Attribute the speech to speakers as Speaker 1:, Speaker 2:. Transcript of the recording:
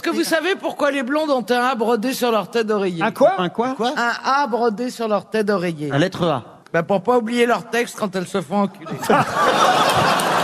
Speaker 1: que vous savez pourquoi les blondes ont un A brodé sur leur tête d'oreiller?
Speaker 2: Un quoi?
Speaker 3: Un quoi?
Speaker 1: Un A brodé sur leur tête d'oreiller.
Speaker 3: Un lettre A.
Speaker 1: Ben pour pas oublier leur texte quand elles se font enculer.